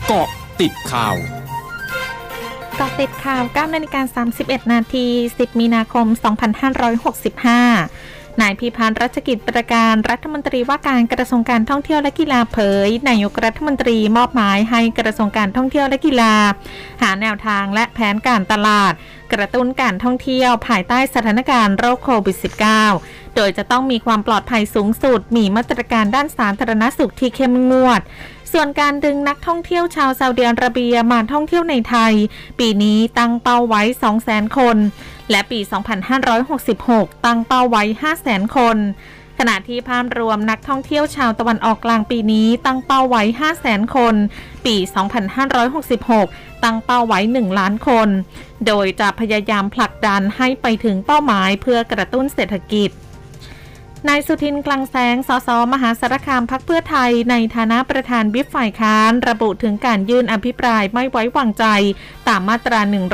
เกาะติดข่าวเกาะติดข่าว 9:31 นาที 10 มีนาคม 2565 นายพิพัฒน์รัชกิจประการรัฐมนตรีว่าการกระทรวงการท่องเที่ยวและกีฬาเผยนายกรัฐมนตรีมอบหมายให้กระทรวงการท่องเที่ยวและกีฬาหาแนวทางและแผนการตลาดกระตุ้นการท่องเที่ยวภายใต้สถานการณ์โรคโควิด -19 โดยจะต้องมีความปลอดภัยสูงสุดมีมาตรการด้านสาธารณสุขที่เข้มงวดส่วนการดึงนักท่องเที่ยวชาวซาอุดิอาระเบียมาท่องเที่ยวในไทยปีนี้ตั้งเป้าไว้ 200,000 คนและปี 2566 ตั้งเป้าไว้ 500,000 คนขณะที่ภาพรวมนักท่องเที่ยวชาวตะวันออกกลางปีนี้ตั้งเป้าไว้ 500,000 คนปี 2566 ตั้งเป้าไว้ 1 ล้านคนโดยจะพยายามผลักดันให้ไปถึงเป้าหมายเพื่อกระตุ้นเศรษฐกิจนายสุทินคลังแสงสสมหาสารคามพรรคเพื่อไทยในฐานะประธานวิปฝ่ายค้านระบุถึงการยื่นอภิปรายไม่ไว้วางใจตามมาตรา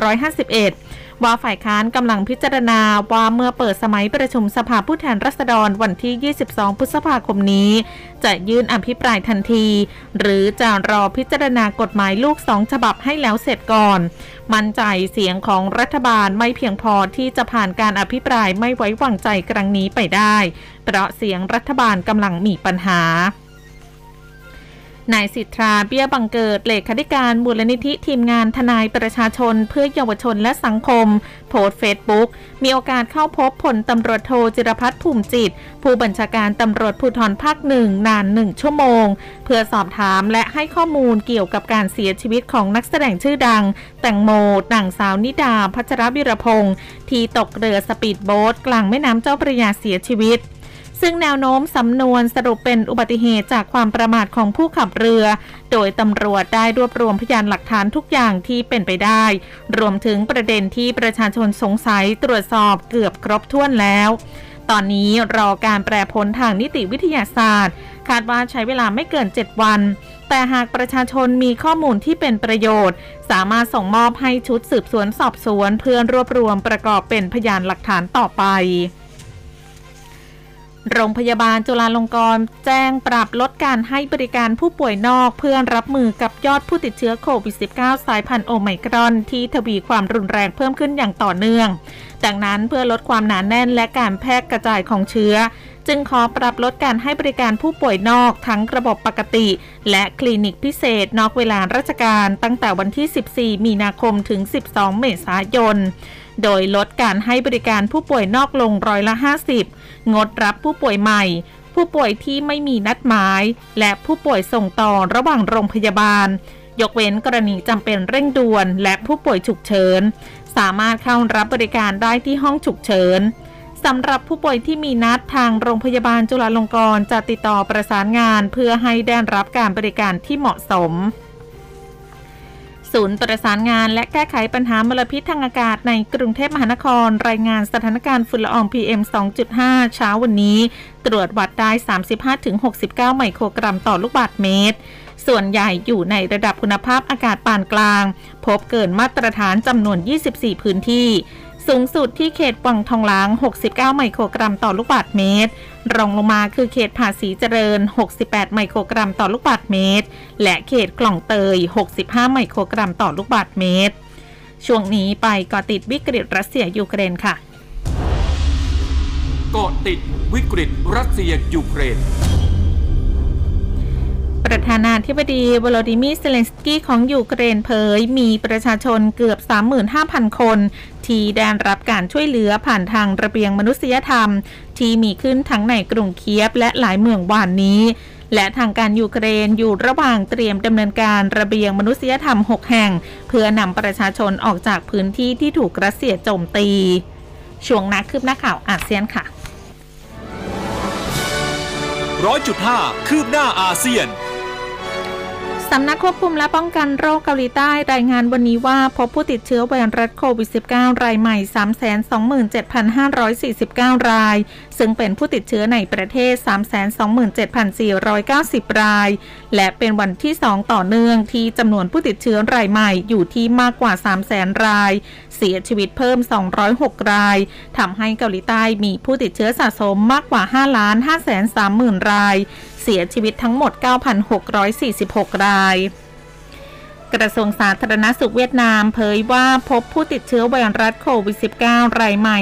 151 ว่าฝ่ายค้านกำลังพิจารณาว่าเมื่อเปิดสมัยประชุมสภาผู้แทนราษฎรวันที่ 22 พฤษภาคมนี้จะยื่นอภิปรายทันทีหรือจะรอพิจารณากฎหมายลูก2ฉบับให้แล้วเสร็จก่อนมั่นใจเสียงของรัฐบาลไม่เพียงพอที่จะผ่านการอภิปรายไม่ไว้วางใจครั้งนี้ไปได้เพราะเสียงรัฐบาลกำลังมีปัญหานายสิทธาเบี้ยบังเกิดเลขาธิการมูลนิธิทีมงานทนายประชาชนเพื่อเยาวชนและสังคมโพสต์เฟซบุ๊กมีโอกาสเข้าพบพลตำรวจโทจิรพัฒน์ภูมิจิตผู้บัญชาการตำรวจภูธรภาค1นาน1ชั่วโมงเพื่อสอบถามและให้ข้อมูลเกี่ยวกับการเสียชีวิตของนักแสดงชื่อดังแตงโมนางสาวนิดาพัชรวิรพงษ์ที่ตกเรือสปีดโบ๊ทกลางแม่น้ำเจ้าพระยาเสียชีวิตซึ่งแนวโน้มสำนวนสรุปเป็นอุบัติเหตุจากความประมาทของผู้ขับเรือโดยตำรวจได้รวบรวมพยานหลักฐานทุกอย่างที่เป็นไปได้รวมถึงประเด็นที่ประชาชนสงสัยตรวจสอบเกือบครบถ้วนแล้วตอนนี้รอการแปรผลทางนิติวิทยาศาสตร์คาดว่าใช้เวลาไม่เกิน7วันแต่หากประชาชนมีข้อมูลที่เป็นประโยชน์สามารถส่งมอบให้ชุดสืบสวนสอบสวนเพื่อรวบรวมประกอบเป็นพยานหลักฐานต่อไปโรงพยาบาลจุฬาลงกรณ์แจ้งปรับลดการให้บริการผู้ป่วยนอกเพื่อรับมือกับยอดผู้ติดเชื้อโควิด -19 สายพันธุ์โอไมครอนที่ทวีความรุนแรงเพิ่มขึ้นอย่างต่อเนื่องดังนั้นเพื่อลดความหนาแน่นและการแพร่กระจายของเชื้อจึงขอปรับลดการให้บริการผู้ป่วยนอกทั้งระบบปกติและคลินิกพิเศษนอกเวลาราชการตั้งแต่วันที่ 14 มีนาคมถึง 12 เมษายนโดยลดการให้บริการผู้ป่วยนอกลง50%งดรับผู้ป่วยใหม่ผู้ป่วยที่ไม่มีนัดหมายและผู้ป่วยส่งต่อระหว่างโรงพยาบาลยกเว้นกรณีจำเป็นเร่งด่วนและผู้ป่วยฉุกเฉินสามารถเข้ารับบริการได้ที่ห้องฉุกเฉินสำหรับผู้ป่วยที่มีนัดทางโรงพยาบาลจุฬาลงกรณ์จะติดต่อประสานงานเพื่อให้ได้รับการบริการที่เหมาะสมศูนย์ประสานงานและแก้ไขปัญหามลพิษทางอากาศในกรุงเทพมหานครรายงานสถานการณ์ฝุ่นละออง PM 2.5 เช้าวันนี้ตรวจวัดได้ 35-69 ไมโครกรัมต่อลูกบาศก์เมตรส่วนใหญ่อยู่ในระดับคุณภาพอากาศปานกลางพบเกินมาตรฐานจำนวน 24 พื้นที่สูงสุดที่เขตวังทองหลาง 69 ไมโครกรัมต่อลูกบาศก์เมตรรองลงมาคือเขตภาษีเจริญ 68 ไมโครกรัมต่อลูกบาศก์เมตรและเขตกล่องเตย 65 ไมโครกรัมต่อลูกบาศก์เมตรช่วงนี้ไปเกาะติดวิกฤตรัสเซียยูเครนค่ะเกาะติดวิกฤตรัสเซียยูเครนประธานาธิบดีวโลดิมีร์ เซเลนสกี้ของยูเครนเผยมีประชาชนเกือบ 35,000 คนที่ได้รับการช่วยเหลือผ่านทางระเบียงมนุษยธรรมที่มีขึ้นทั้งในกรุงเคียฟและหลายเมืองวานนี้และทางการยูเครนอยู่ระหว่างเตรียมดำเนินการระเบียงมนุษยธรรม6แห่งเพื่อนำประชาชนออกจากพื้นที่ที่ถูกรัสเซียโจมตีช่วงนักคืบหน้าข่าวอาเซียนค่ะ 100.5 คืบหน้าอาเซียนสำนักควบคุมและป้องกันโรคเกาหลีใต้รายงานวันนี้ว่าพบผู้ติดเชื้อไวรัสโควิด -19 รายใหม่ 327,549 รายซึ่งเป็นผู้ติดเชื้อในประเทศ 327,490 รายและเป็นวันที่ 2 ต่อเนื่องที่จำนวนผู้ติดเชื้อรายใหม่อยู่ที่มากกว่า 300,000 รายเสียชีวิตเพิ่ม206รายทำให้เกาหลีใต้มีผู้ติดเชื้อสะสมมากกว่า 5,530,000 รายเสียชีวิตทั้งหมด 9,646 รายกระทรวงสาธารณสุขเวียดนามเผยว่าพบผู้ติดเชื้อไวรัสโควิด -19 รายใหม่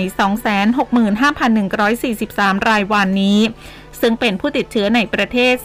265,143 รายวันนี้ซึ่งเป็นผู้ติดเชื้อในประเทศ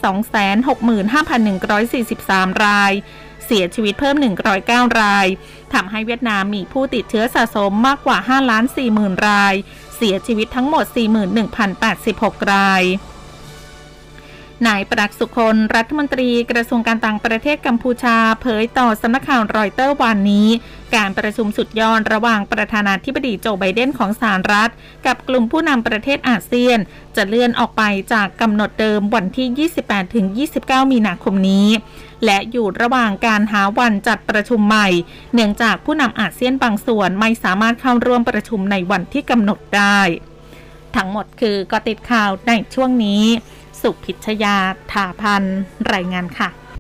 265,143 รายเสียชีวิตเพิ่ม109รายทำให้เวียดนามมีผู้ติดเชื้อสะสมมากกว่า 5,40,000 รายเสียชีวิตทั้งหมด 41,086 รายนายปรักษ์สุคนรัฐมนตรีกระทรวงการต่างประเทศกัมพูชาเผยต่อสำนักข่าวรอยเตอร์วันนี้การประชุมสุดยอดระหว่างประธานาธิบดีโจไบเดนของสหรัฐกับกลุ่มผู้นำประเทศอาเซียนจะเลื่อนออกไปจากกำหนดเดิมวันที่ 28-29 มีนาคมนี้และอยู่ระหว่างการหาวันจัดประชุมใหม่เนื่องจากผู้นำอาเซียนบางส่วนไม่สามารถเข้าร่วมประชุมในวันที่กำหนดได้ทั้งหมดคือก็ติดข่าวในช่วงนี้สุพิชยา ถาพันรายงานค่ะ